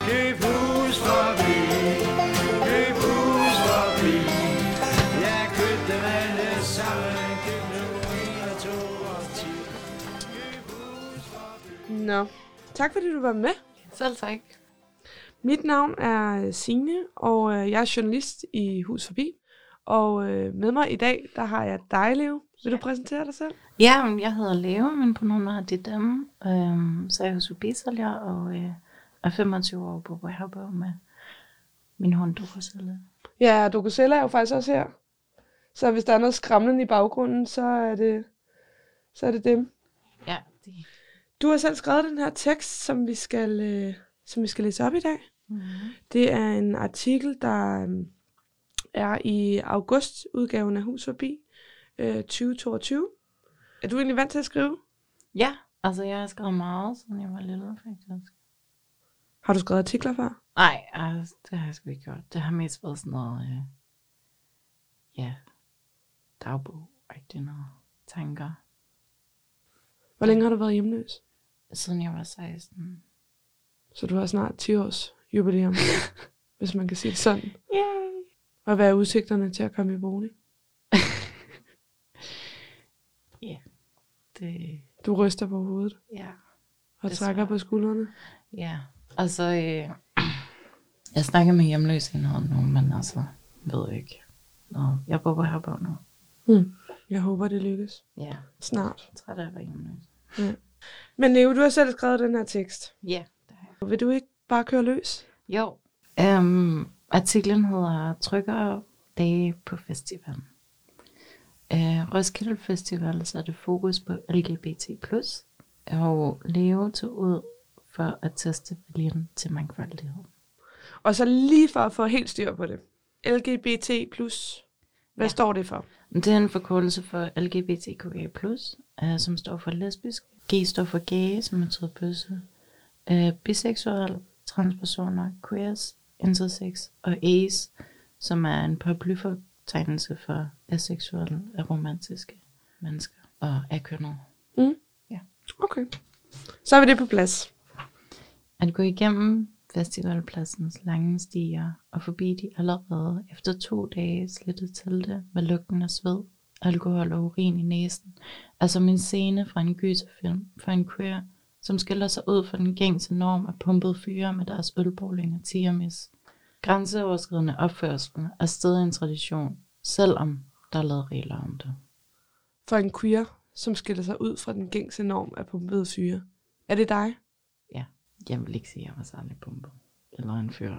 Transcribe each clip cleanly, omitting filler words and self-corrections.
Køb hus forbi, køb hus forbi. Jeg købte alle sammen, køb nu 1 og 2 og 10. Køb hus forbi. Nå, tak fordi du var med. Selv tak. Mit navn er Signe, og jeg er journalist i Hus Forbi. Og med mig i dag, der har jeg dig, Leo. Vil du præsentere dig selv? Ja, jeg hedder Leo, min pronomen er det dem. Så er jeg hos Forbi-sælger og er 25 år på Herborg med min hund Dokoselle. Ja, Dokoselle er jo faktisk også her. Så hvis der er noget skræmmende i baggrunden, så er det dem. Ja, det. Du har selv skrevet den her tekst, som vi skal læse op i dag. Mm-hmm. Det er en artikel, der er i augustudgaven af Hus Forbi 2022. Er du egentlig vant til at skrive? Ja, altså jeg har skrevet meget, siden jeg var lille faktisk. Har du skrevet artikler før? Nej, altså, det har jeg sgu ikke gjort. Det har mest været sådan noget, dagbog-agtigt noget, tanker. Hvor længe har du været hjemløs? Siden jeg var 16. Så du har snart 10 års jubilæum, hvis man kan sige det sådan. Yay! Og hvad er udsigterne til at komme i bolig? Ja, det. Du ryster på hovedet Ja. og det trækker tror på skuldrene. Ja, altså, jeg snakker med hjemløshed nu, men altså, ved ikke. Jeg bor på Herborg nu. Jeg håber, det lykkes. Ja, Snart. jeg tror, jeg var hjemløs. Ja. Men Leo, du har selv skrevet den her tekst. Ja, det har jeg. Vil du ikke bare køre løs? Jo. Artiklen hedder Tryggere dage på festivalen. Roskilde Festival satte fokus på LGBT+, og Leo tog ud for at teste viljen til mangfoldighed. Og så lige for at få helt styr på det. LGBT+. Hvad står det for? Det er en forkortelse for LGBTQIA+, som står for lesbisk. G står for gay, som betyder bøsse. Biseksuel, transpersoner, queers, intersex og ace, som er en paraplyfortegnelse for aseksuelle, aromantiske mennesker og akønnede. Ja. Okay. Så er vi det på plads. At gå igennem festivalpladsens lange stier og forbi de allerede efter 2 dage slitte telte med lugten af sved, alkohol og urin i næsen, er som en scene fra en gyserfilm for en queer, som skiller sig ud fra den gængse norm af pumpede fyre med deres ølbowling og tiamis. Grænseoverskridende opførsel er stadig en tradition, selvom der er lavet regler om det. For en queer, som skiller sig ud fra den gængse norm af pumpede fyre. Er det dig? Ja, jeg vil ikke sige, at jeg var særlig pumpet. Eller en fyr.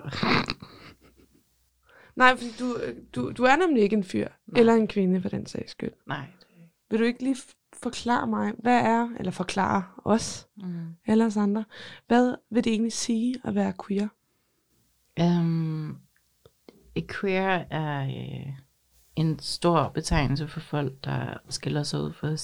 Nej, fordi du er nemlig ikke en fyr. Nej. Eller en kvinde for den sags skyld. Nej, det er ikke. Vil du ikke lige forklare mig, hvad er, eller forklare os, eller os andre, hvad vil det egentlig sige at være queer? Queer er en stor betegnelse for folk, der skiller sig ud fra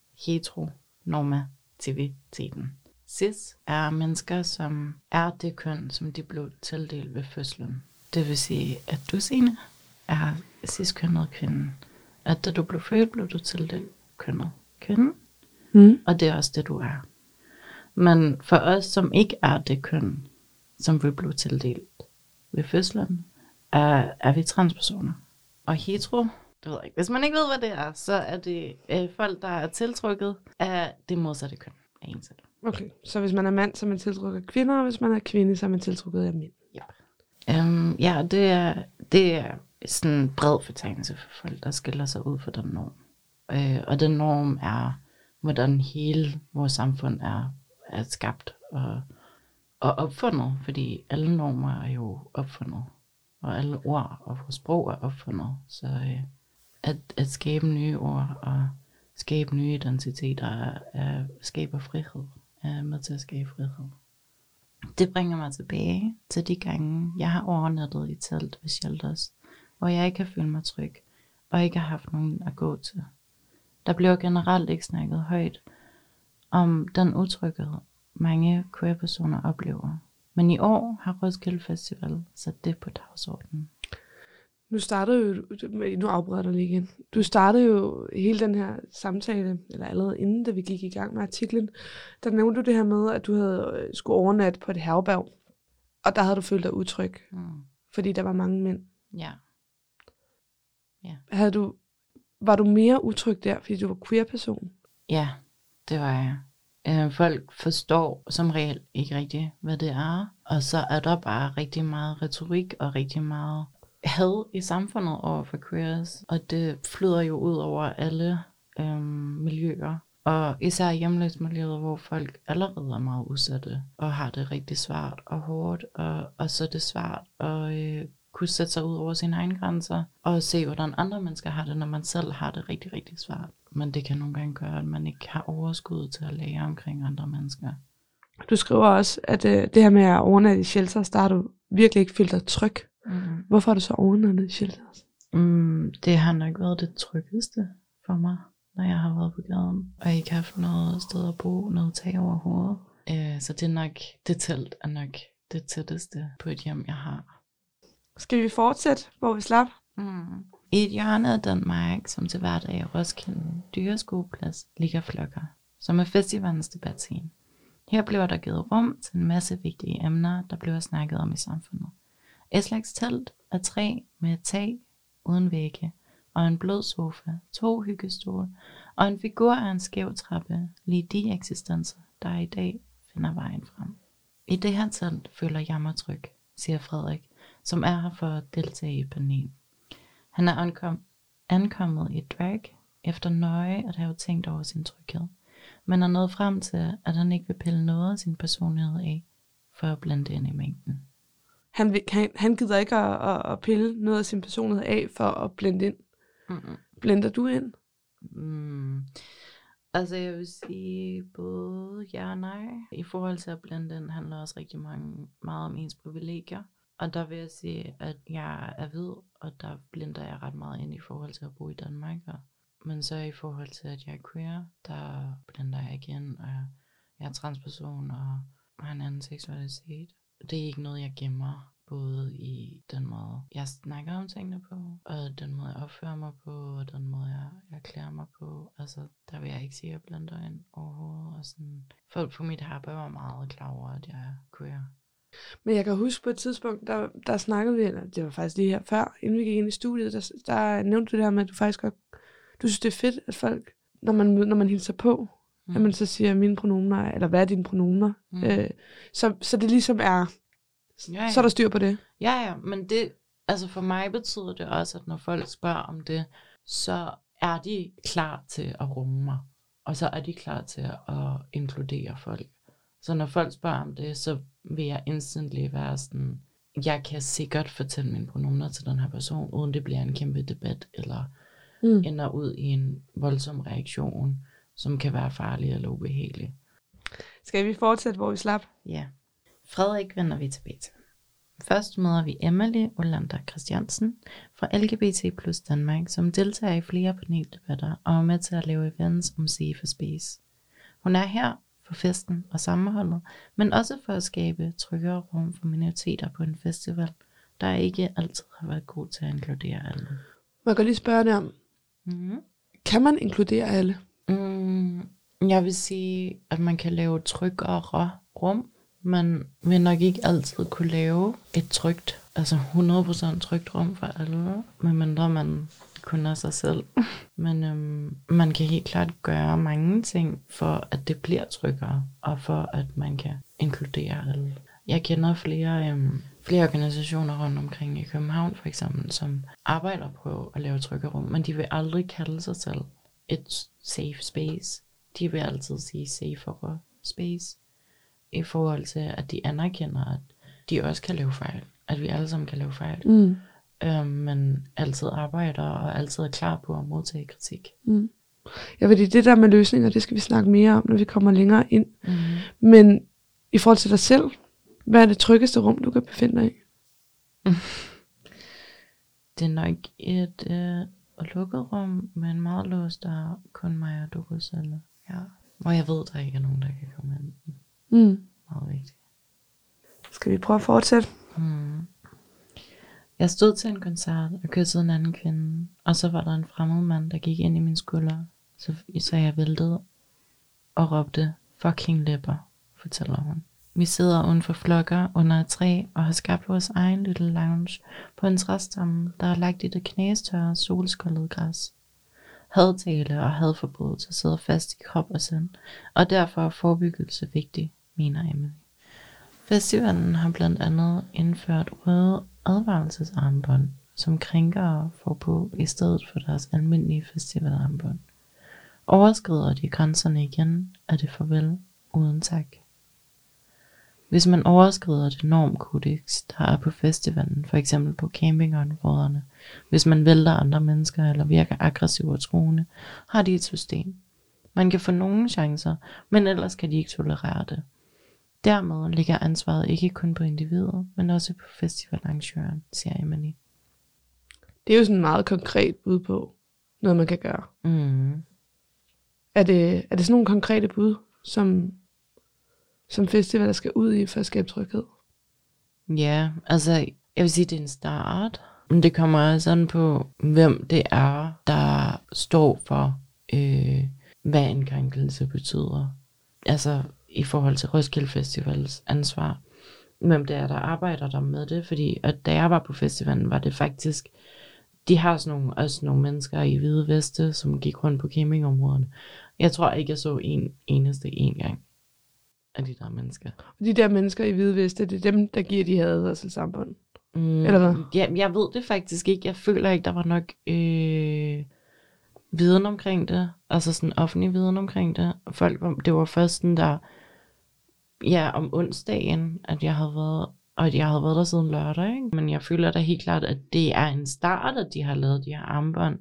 cis-heteronormativiteten. Cis er mennesker, som er det køn, som de blev tildelt ved fødslen. Det vil sige, at du, Signe, er cis-kønnet kvinde. At da du blev født, blev du tildelt kønnet kvinde. Og det er også det, du er. Men for os, som ikke er det køn, som vi blev tildelt ved fødslen, er vi transpersoner. Og hetero, det ved jeg ikke. Hvis man ikke ved, hvad det er, så er det folk, der er tiltrukket af det modsatte køn af en selv. Okay, så hvis man er mand, så er man tiltrukket af kvinder, og hvis man er kvinde, så er man tiltrukket af mænd. Yep. Ja, det er sådan en bred fortegnelse for folk, der skiller sig ud fra den norm. Og den norm er, hvordan hele vores samfund er skabt og opfundet, fordi alle normer er jo opfundet, og alle ord og vores sprog er opfundet. Så at skabe nye ord og skabe nye identiteter skaber frihed, er med til at skabe frihed. Det bringer mig tilbage til de gange, jeg har overnattet i telt ved shelters, hvor jeg ikke har følt mig tryg, og ikke har haft nogen at gå til. Der bliver generelt ikke snakket højt om den utryghed, mange queer-personer oplever. Men i år har Roskilde Festival sat det på dagsordenen. Nu afbryder jeg dig lige igen. Du startede jo hele den her samtale, eller allerede inden, da vi gik i gang med artiklen, der nævnte du det her med, at du havde skulle overnatte på et herberg. Og der havde du følt dig utryg, Mm. fordi der var mange mænd. Ja. Var du mere utryg der, fordi du var queer-person? Ja, det var jeg. Folk forstår som regel ikke rigtigt, hvad det er. Og så er der bare rigtig meget retorik og rigtig meget had i samfundet over for queers. Og det flyder jo ud over alle miljøer. Og især hjemløsmiljøet, hvor folk allerede er meget udsatte og har det rigtig svært og hårdt. Og så er det svært at kunne sætte sig ud over sine egne grænser og se, hvordan andre mennesker har det, når man selv har det rigtig, rigtig svært. Men det kan nogle gange gøre, at man ikke har overskud til at lære omkring andre mennesker. Du skriver også, at det her med at overnatte i shelters, der har du virkelig ikke følt dig tryg. Mm. Hvorfor har du så overnattet i shelters? Det har nok været det tryggeste for mig, når jeg har været på gaden, og ikke haft noget sted at bo, noget tag over hovedet. Så det er nok, det telt er nok det tætteste på et hjem, jeg har. Skal vi fortsætte, hvor vi slap? I et hjørne af Danmark, som til hverdag er Roskilde Dyreskueplads, ligger Flokker, som er festivalens debatscene. Her bliver der givet rum til en masse vigtige emner, der bliver snakket om i samfundet. Et slags telt af træ med et tag uden vægge, og en blød sofa, 2 hyggestole, og en figur af en skæv trappe, lige de eksistenser, der i dag finder vejen frem. I det her telt føler jeg mig tryg, siger Frederik, som er her for at deltage i panel. Han er ankommet i drag, efter nøje at have tænkt over sin tryghed, men er nået frem til, at han ikke vil pille noget af sin personlighed af, for at blende ind i mængden. Han gider ikke at pille noget af sin personlighed af, for at blende ind. Blender du ind? Altså jeg vil sige både ja og nej. I forhold til at blende ind handler også rigtig meget om ens privilegier. Og der vil jeg sige, at jeg er hvid, og der blender jeg ret meget ind i forhold til at bo i Danmark. Men så i forhold til, at jeg er queer, der blender jeg igen, og jeg er transperson og har en anden seksualitet. Det er ikke noget, jeg gemmer, både i den måde, jeg snakker om tingene på, og den måde, jeg opfører mig på, og den måde, jeg klæder mig på. Altså, der vil jeg ikke sige, at jeg blender ind overhovedet. Og sådan, folk på mit herbe var meget klar over, at jeg er queer. Men jeg kan huske på et tidspunkt, der snakkede vi, eller det var faktisk lige her før, inden vi gik ind i studiet, der nævnte du det her med, at du faktisk godt, du synes det er fedt, at folk, når man hilser på, at man så siger mine pronomener, eller hvad er dine pronomener, så det ligesom er, så er der styr på det. Ja, men det, altså for mig betyder det også, at når folk spørger om det, så er de klar til at rumme mig, og så er de klar til at inkludere folk. Så når folk spørger om det, så vil jeg instantly være sådan, jeg kan sikkert fortælle mine pronomener til den her person, uden det bliver en kæmpe debat, eller ender ud i en voldsom reaktion, som kan være farlig eller ubehagelig. Skal vi fortsætte, hvor vi slap? Ja. Frederik vender vi tilbage til. Først møder vi Emily Olander Christiansen fra LGBT plus Danmark, som deltager i flere paneldebatter og er med til at lave events om Safe Space. Hun er her for festen og sammenholdet, men også for at skabe tryggere rum for minoriteter på en festival, der ikke altid har været god til at inkludere alle. Må jeg godt lige spørge dig om, kan man inkludere alle? Jeg vil sige, at man kan lave tryggere rum, man vil nok ikke altid kunne lave et trygt, altså 100% trygt rum for alle, medmindre man kun er sig selv. Men man kan helt klart gøre mange ting for, at det bliver tryggere, og for, at man kan inkludere alle. Jeg kender flere organisationer rundt omkring i København, for eksempel, som arbejder på at lave tryggere rum, men de vil aldrig kalde sig selv et safe space. De vil altid sige safere space, i forhold til, at de anerkender, at de også kan lave fejl. At vi alle sammen kan lave fejl. Men altid arbejder og altid er klar på at modtage kritik. Ja, fordi det der med løsninger, det skal vi snakke mere om, når vi kommer længere ind. Men i forhold til dig selv, hvad er det tryggeste rum, du kan befinde dig i? Det er nok et lukket rum med en meget låst, der er kun mig og du selv. Ja. Hvor jeg ved, der ikke er nogen, der kan komme ind. Meget vigtigt. Skal vi prøve at fortsætte? Jeg stod til en koncert og kyssede en anden kvinde, og så var der en fremmed mand, der gik ind i min skulder, så jeg væltede og råbte, fucking læpper, fortæller hun. Vi sidder uden for flokker under et træ og har skabt vores egen lille lounge på en træstamme, der er lagt i det knæstørre solskoldede græs. Hadtale og hadforbrydelse sidder fast i krop og sind, og derfor er forebyggelse vigtig, mener Emily. Festivalen har blandt andet indført røde advarelsesarmbånd, som krænkere får på i stedet for deres almindelige festivalarmbånd. Overskrider de grænserne igen, er det farvel uden tak. Hvis man overskrider det normkodex, der er på festivalen, for eksempel på campingområderne, hvis man vælter andre mennesker eller virker aggressiv og truende, har de et system. Man kan få nogle chancer, men ellers kan de ikke tolerere det. Dermed ligger ansvaret ikke kun på individet, men også på festivalarrangøren, siger Emily. Det er jo sådan et meget konkret bud på noget, man kan gøre. Mm. Er det sådan nogle konkrete bud, som festivaler skal ud i for at skabe tryghed? Ja, altså jeg vil sige, det er en start. Men det kommer også an på, hvem det er, der står for, hvad en krænkelse betyder. Altså i forhold til Roskilde Festivals ansvar. Hvem det er, der arbejder der med det. Fordi at da jeg var på festivalen, var det faktisk, de har også nogle mennesker i hvide veste, som gik rundt på campingområderne. Jeg tror ikke, jeg så en gang af de der mennesker. Og de der mennesker i hvide veste, det er dem, der giver de her advarselsarmbånd? Eller hvad? Ja, jeg ved det faktisk ikke. Jeg føler ikke, der var nok viden omkring det. Altså sådan offentlig viden omkring det. Det var først sådan der, ja, om onsdagen, at jeg havde været, og jeg havde været der siden lørdag, ikke? Men jeg føler da helt klart, at det er en start, at de har lavet de her armbånd.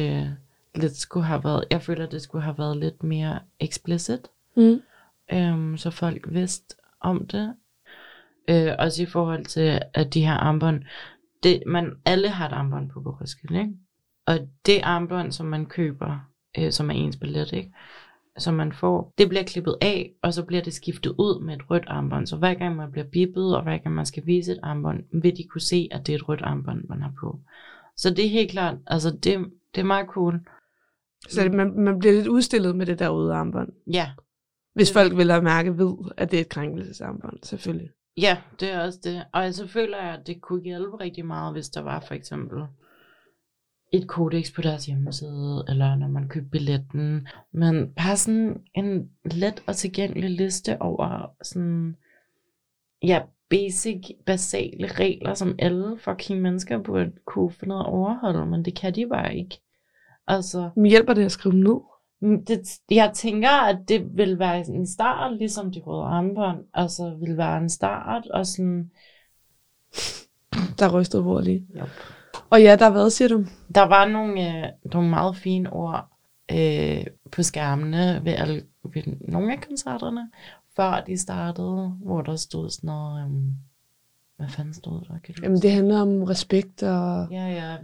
Jeg føler, det skulle have været lidt mere explicit. Så folk vidste om det. Også i forhold til, at de her armbånd, alle har et armbånd på Roskilde, ikke? Og det armbånd, som man køber, som er ens billet, ikke? Som man får, det bliver klippet af, og så bliver det skiftet ud med et rødt armbånd. Så hver gang man bliver bippet, og hver gang man skal vise et armbånd, vil de kunne se, at det er et rødt armbånd, man har på. Så det er helt klart, altså det er meget cool. Så man bliver lidt udstillet med det der røde armbånd? Ja. Hvis folk vil have mærke ved, at det er et krænkelsesarmbånd, selvfølgelig. Ja, det er også det. Og så føler jeg, at det kunne hjælpe rigtig meget, hvis der var for eksempel et kodex på deres hjemmeside, eller når man købte billetten. Men bare sådan en let og tilgængelig liste over sådan, ja, basale regler, som alle fucking mennesker burde kunne finde ud af at overholde, men det kan de bare ikke. Altså, Men hjælper det at skrive dem ned? Jeg tænker, at det vil være en start, ligesom de røde armbånd. Altså, vil være en start, og sådan... Der rystede bordet lige. Yep. Og ja, hvad siger du? Der var nogle meget fine ord på skærmene ved nogle af koncerterne, før de startede, hvor der stod sådan noget... hvad fanden stod der? Jamen, det handler om respekt og... Ja,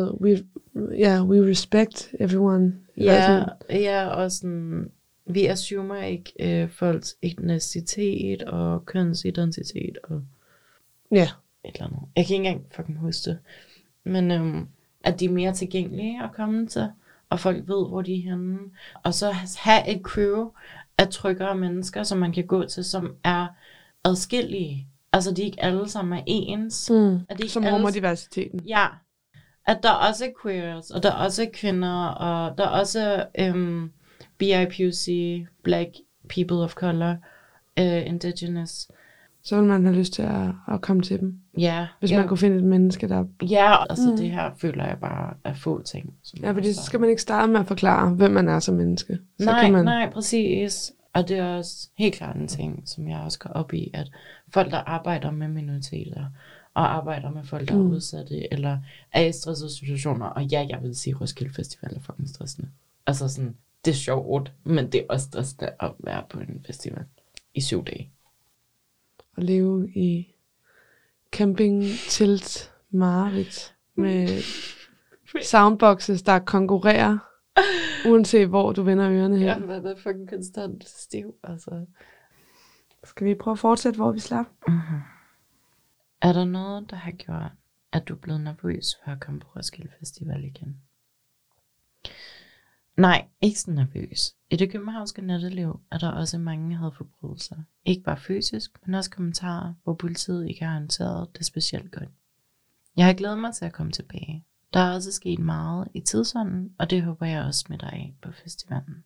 we respect everyone. Ja, og sådan... Vi assumer ikke folks etnicitet og kønsidentitet og... Ja. Et eller andet. Jeg kan ikke engang fucking huske det. Men at de er mere tilgængelige at komme til, og folk ved, hvor de er henne. Og så have et crew af tryggere mennesker, som man kan gå til, som er adskillige. Altså, de ikke alle sammen er ens. At de som rummer diversiteten. Ja. At der også er queers, og der også er kvinder, og der også BIPOC, Black People of Color, Indigenous. Så vil man have lyst til at komme til dem. Ja. Hvis man kunne finde et menneske, der... Ja, altså det her føler jeg bare er få ting. Ja, fordi så skal man ikke starte med at forklare, hvem man er som menneske. Så Nej, præcis. Og det er også helt klart en ting, som jeg også går op i, at folk, der arbejder med minoriteter, og arbejder med folk, der er udsatte, eller er i stressede situationer, og ja, jeg vil sige, Roskilde Festival er fucking stressende. Altså sådan, det er sjovt, men det er også stressende at være på en festival i 7 dage. At leve i camping, telt, mareridt, med soundboxes, der konkurrerer, uanset hvor du vender ørerne her. Ja, men det er fucking konstant stiv, altså. Skal vi prøve at fortsætte, hvor vi slap? Mm-hmm. Er der noget, der har gjort, at du er blevet nervøs for at komme på Roskilde Festival igen? Nej, ikke så nervøs. I det københavnske natteliv er der også mange hadforbrydelser. Ikke bare fysisk, men også kommentarer, hvor politiet ikke har håndteret det specielt godt. Jeg har glædet mig til at komme tilbage. Der er også sket meget i tidsånden, og det håber jeg også smitter af på festivalen.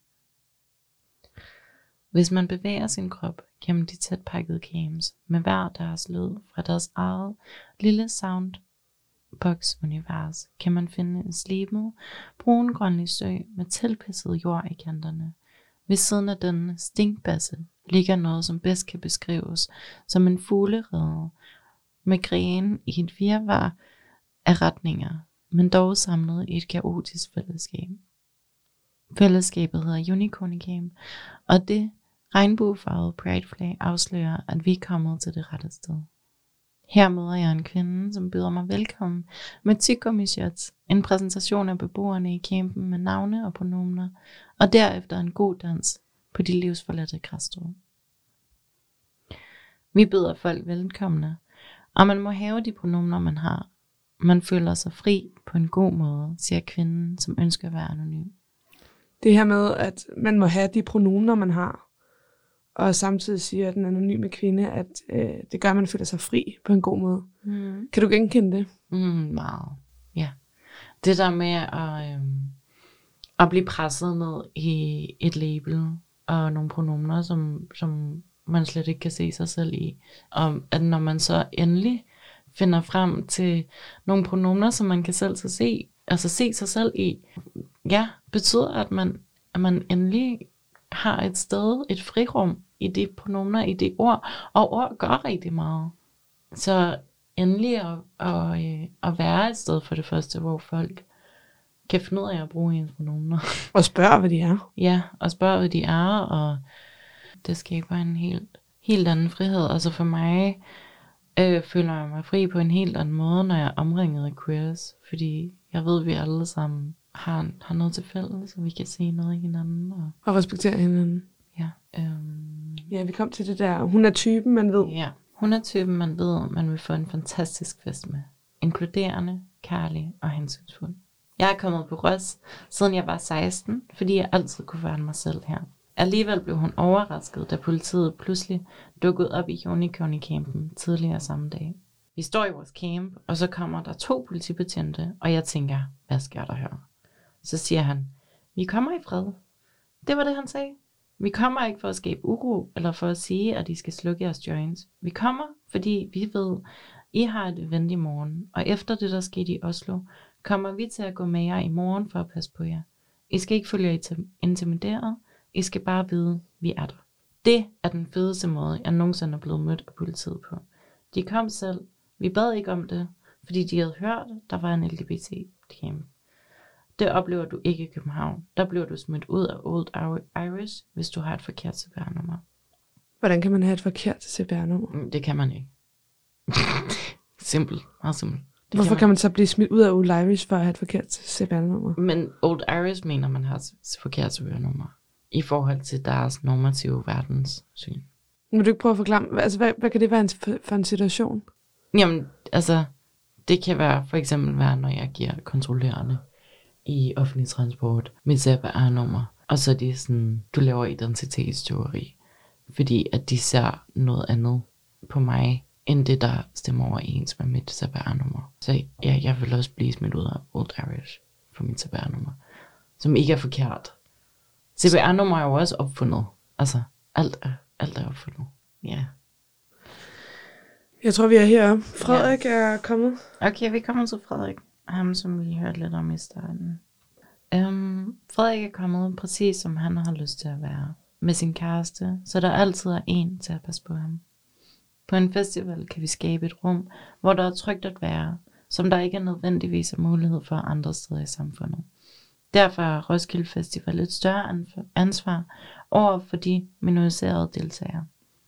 Hvis man bevæger sin krop gennem de tæt pakkede cams med hver deres lyd fra deres eget lille soundbox-univers, kan man finde en slibet, brungrønlig sø med tilpasset jord i kanterne. Ved siden af denne stinkbasse ligger noget, som bedst kan beskrives som en fuglerede med grene i et virvar af retninger, men dog samlet i et kaotisk fællesskab. Fællesskabet hedder Unicorn Camp, og det regnbuefarvede Pride Flag afslører, at vi er kommet til det rette sted. Her møder jeg en kvinde, som byder mig velkommen med tyggegummi-shots, en præsentation af beboerne i campen med navne og pronomener, og derefter en god dans på de livsforladte græsstrå. Vi byder folk velkomne, og man må have de pronomener, man har. Man føler sig fri på en god måde, siger kvinden, som ønsker at være anonym. Det her med, at man må have de pronomener, man har, og samtidig siger den anonyme kvinde, at det gør, at man føler sig fri på en god måde. Mm. Kan du genkende det? Meget. Ja. Det der med at blive presset ned i et label og nogle pronomener, som man slet ikke kan se sig selv i. Og at når man så endelig finder frem til nogle pronomener, som man kan selv se sig selv i, ja, betyder, at man endelig har et sted, et frirum i de pronomener, i de ord, og ord gør rigtig meget. Så endelig at være et sted for det første, hvor folk kan finde ud af at bruge ens pronomener. Og spørge, hvad de er. Ja, og spørge, hvad de er, og det skaber en helt anden frihed. Altså for mig føler jeg mig fri på en helt anden måde, når jeg er omringet af queers, fordi jeg ved, at vi alle sammen har noget til fælles, så vi kan se noget i hinanden. Og respektere hinanden. Ja. Ja, vi kom til det der. Hun er typen, man ved. Ja, hun er typen, man ved, man vil få en fantastisk fest med. Inkluderende, kærlig og hensynsfuld. Jeg er kommet på Ros, siden jeg var 16, fordi jeg altid kunne være mig selv her. Alligevel blev hun overrasket, da politiet pludselig dukkede op i Unicorn Campen tidligere samme dag. Vi står i vores camp, og så kommer der 2 politibetjente, og jeg tænker, hvad sker der her? Så siger han, vi kommer i fred. Det var det, han sagde. Vi kommer ikke for at skabe uro, eller for at sige, at I skal slukke jeres joints. Vi kommer, fordi vi ved, I har et event i morgen, og efter det, der skete i Oslo, kommer vi til at gå med jer i morgen for at passe på jer. I skal ikke følge jer intimideret. I skal bare vide, vi er der. Det er den fedeste måde, jeg nogensinde er blevet mødt af politiet på. De kom selv. Vi bad ikke om det, fordi de havde hørt, der var en LGBT-camp. Det oplever du ikke i København. Der bliver du smidt ud af Old Irish, hvis du har et forkert CPR-nummer. Hvordan kan man have et forkert CPR-nummer? Det kan man ikke. Simpelt. Meget simpelt. Hvorfor kan man så blive smidt ud af Old Irish for at have et forkert CPR-nummer? Men Old Irish mener, man har et forkert CPR-nummer i forhold til deres normative verdenssyn. Vil du ikke prøve at forklare, altså hvad kan det være for en situation? Jamen, altså, det kan for eksempel være, når jeg giver kontrollerende i offentlig transport mit CPR-nummer, og så er de sådan, du laver identitetsteori, fordi at de ser noget andet på mig, end det, der stemmer overens med mit CPR-nummer. Så ja, jeg vil også blive smidt ud af Old Irish for mit CPR-nummer, som ikke er forkert. CPR-nummer er jo også opfundet. Altså, alt er opfundet. Ja. Jeg tror, vi er heroppe. Frederik er kommet. Okay, vi kommer til Frederik. Ham, som vi hørte lidt om i starten. Frederik er kommet præcis, som han har lyst til at være. Med sin kæreste, så der altid er en til at passe på ham. På en festival kan vi skabe et rum, hvor der er trygt at være, som der ikke er nødvendigvis mulighed for andre steder i samfundet. Derfor er Roskilde Festival et større ansvar over for de minoriserede deltagere.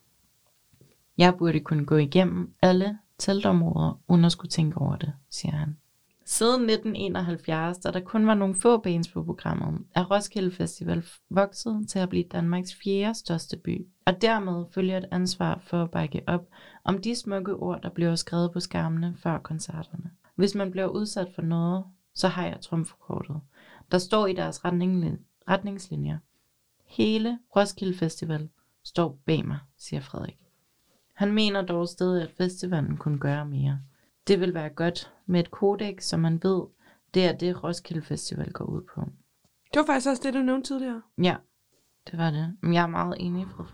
Jeg burde kunne gå igennem alle teltområder, uden at skulle tænke over det, siger han. Siden 1971, da der kun var nogle få bands på programmet, er Roskilde Festival vokset til at blive Danmarks 4. største by, og dermed følger et ansvar for at bakke op om de smukke ord, der bliver skrevet på skærmene før koncerterne. Hvis man bliver udsat for noget, så har jeg trumfkortet. Der står i deres retningslinjer. Hele Roskilde Festival står bag mig, siger Frederik. Han mener dog stadig, at festivalen kunne gøre mere. Det vil være godt med et kodex, som man ved, det er det Roskilde Festival går ud på. Det var faktisk også det, du nævnte tidligere. Ja, det var det. Men jeg er meget enig, Fred.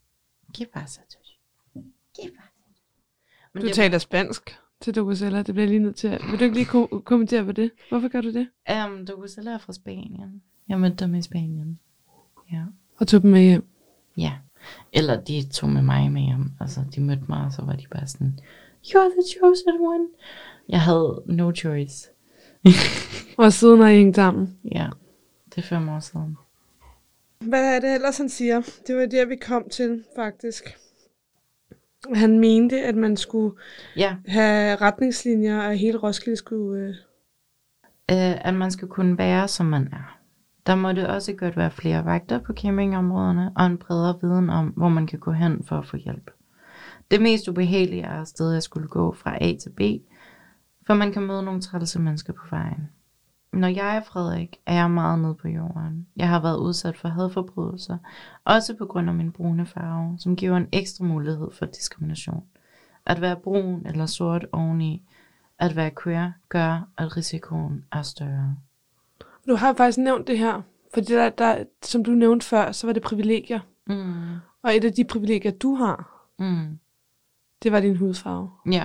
Du taler spansk til Docusella, det bliver lige nødt til at... Vil du ikke lige kommentere på det? Hvorfor gør du det? Docusella er fra Spanien. Jeg mødte dem i Spanien. Ja. Og tog dem med hjem? Ja. Eller de tog med mig med hjem. Altså, de mødte mig, og så var de bare sådan, you're the chosen one. Jeg havde no choice. Og siden har I hængt sammen? Ja, det er 5 år siden. Hvad er det ellers, han siger? Det var det, vi kom til, faktisk. Han mente, at man skulle have retningslinjer, og hele Roskilde skulle... At man skal kunne være, som man er. Der må det også godt være flere vagter på campingområderne, og en bredere viden om, hvor man kan gå hen for at få hjælp. Det mest ubehagelige er stedet at skulle gå fra A til B, for man kan møde nogle trælse mennesker på vejen. Når jeg er Frederik, er jeg meget nede på jorden. Jeg har været udsat for hadforbrydelser, også på grund af min brune farve, som giver en ekstra mulighed for diskrimination. At være brun eller sort oveni, at være queer, gør, at risikoen er større. Du har faktisk nævnt det her, fordi der, som du nævnte før, så var det privilegier. Og et af de privilegier, du har, det var din hudfarve. Ja,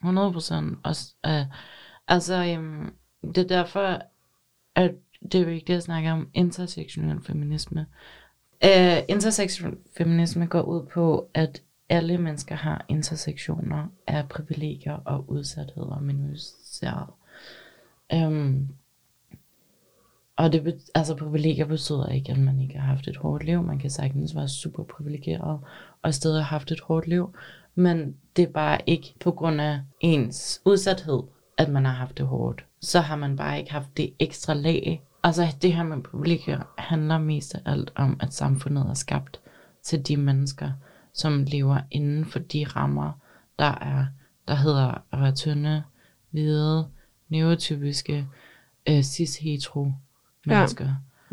100%. Det er derfor, at det er vigtigt at snakke om intersektionel feminisme. Intersektionel feminisme går ud på, at alle mennesker har intersektioner af privilegier og udsathed og minoriseret. Og privilegier betyder ikke, at man ikke har haft et hårdt liv. Man kan sagtens være super privilegeret og stadig have haft et hårdt liv. Men det er bare ikke på grund af ens udsathed, at man har haft det hårdt. Så har man bare ikke haft det ekstra lag. Altså det her med privilegier handler mest af alt om, at samfundet er skabt til de mennesker, som lever inden for de rammer, der hedder at være tynde, hvide, neurotypiske, cis-hetero mennesker.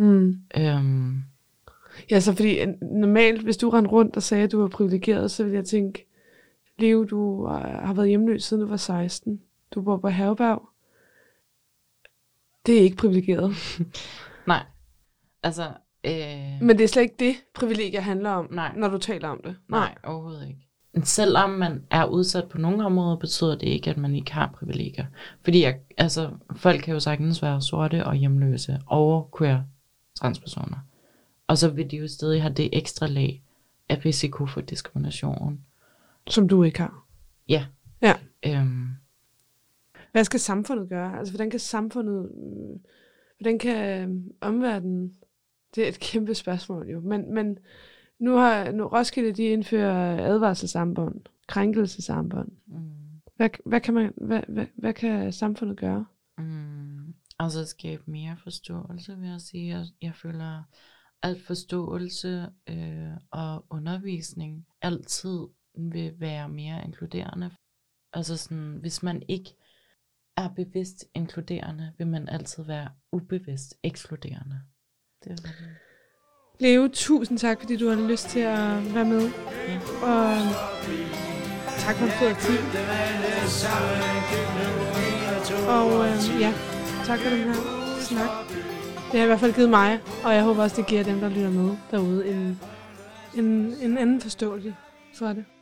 Ja, så fordi normalt, hvis du rendte rundt og sagde, at du var privilegeret, så ville jeg tænke, Leo, du har været hjemløs siden du var 16. Du bor på Herberg. Det er ikke privilegeret. Nej. Men det er slet ikke det, privilegier handler om, når du taler om det. Nej, overhovedet ikke. Selvom man er udsat på nogle områder, betyder det ikke, at man ikke har privilegier. Fordi folk kan jo sagtens være sorte og hjemløse og queer transpersoner. Og så vil de jo stadig have det ekstra lag af risiko for diskrimination. Som du ikke har. Ja. Hvad skal samfundet gøre? Altså, hvordan kan omverdenen... Det er et kæmpe spørgsmål jo. Men nu Roskilde, de indfører advarselsarmbånd, krænkelsesarmbånd. Hvad kan samfundet gøre? Skabe mere forståelse, vil jeg sige. Jeg føler, at forståelse og undervisning altid vil være mere inkluderende. Hvis man ikke er bevidst inkluderende, vil man altid være ubevidst ekskluderende. Det er det. Leo, tusind tak, fordi du har lyst til at være med. Ja. Og tak for en fed tid. Og tak for den her snak. Det har i hvert fald givet mig, og jeg håber også, det giver dem, der lytter med derude, en anden forståelse for det.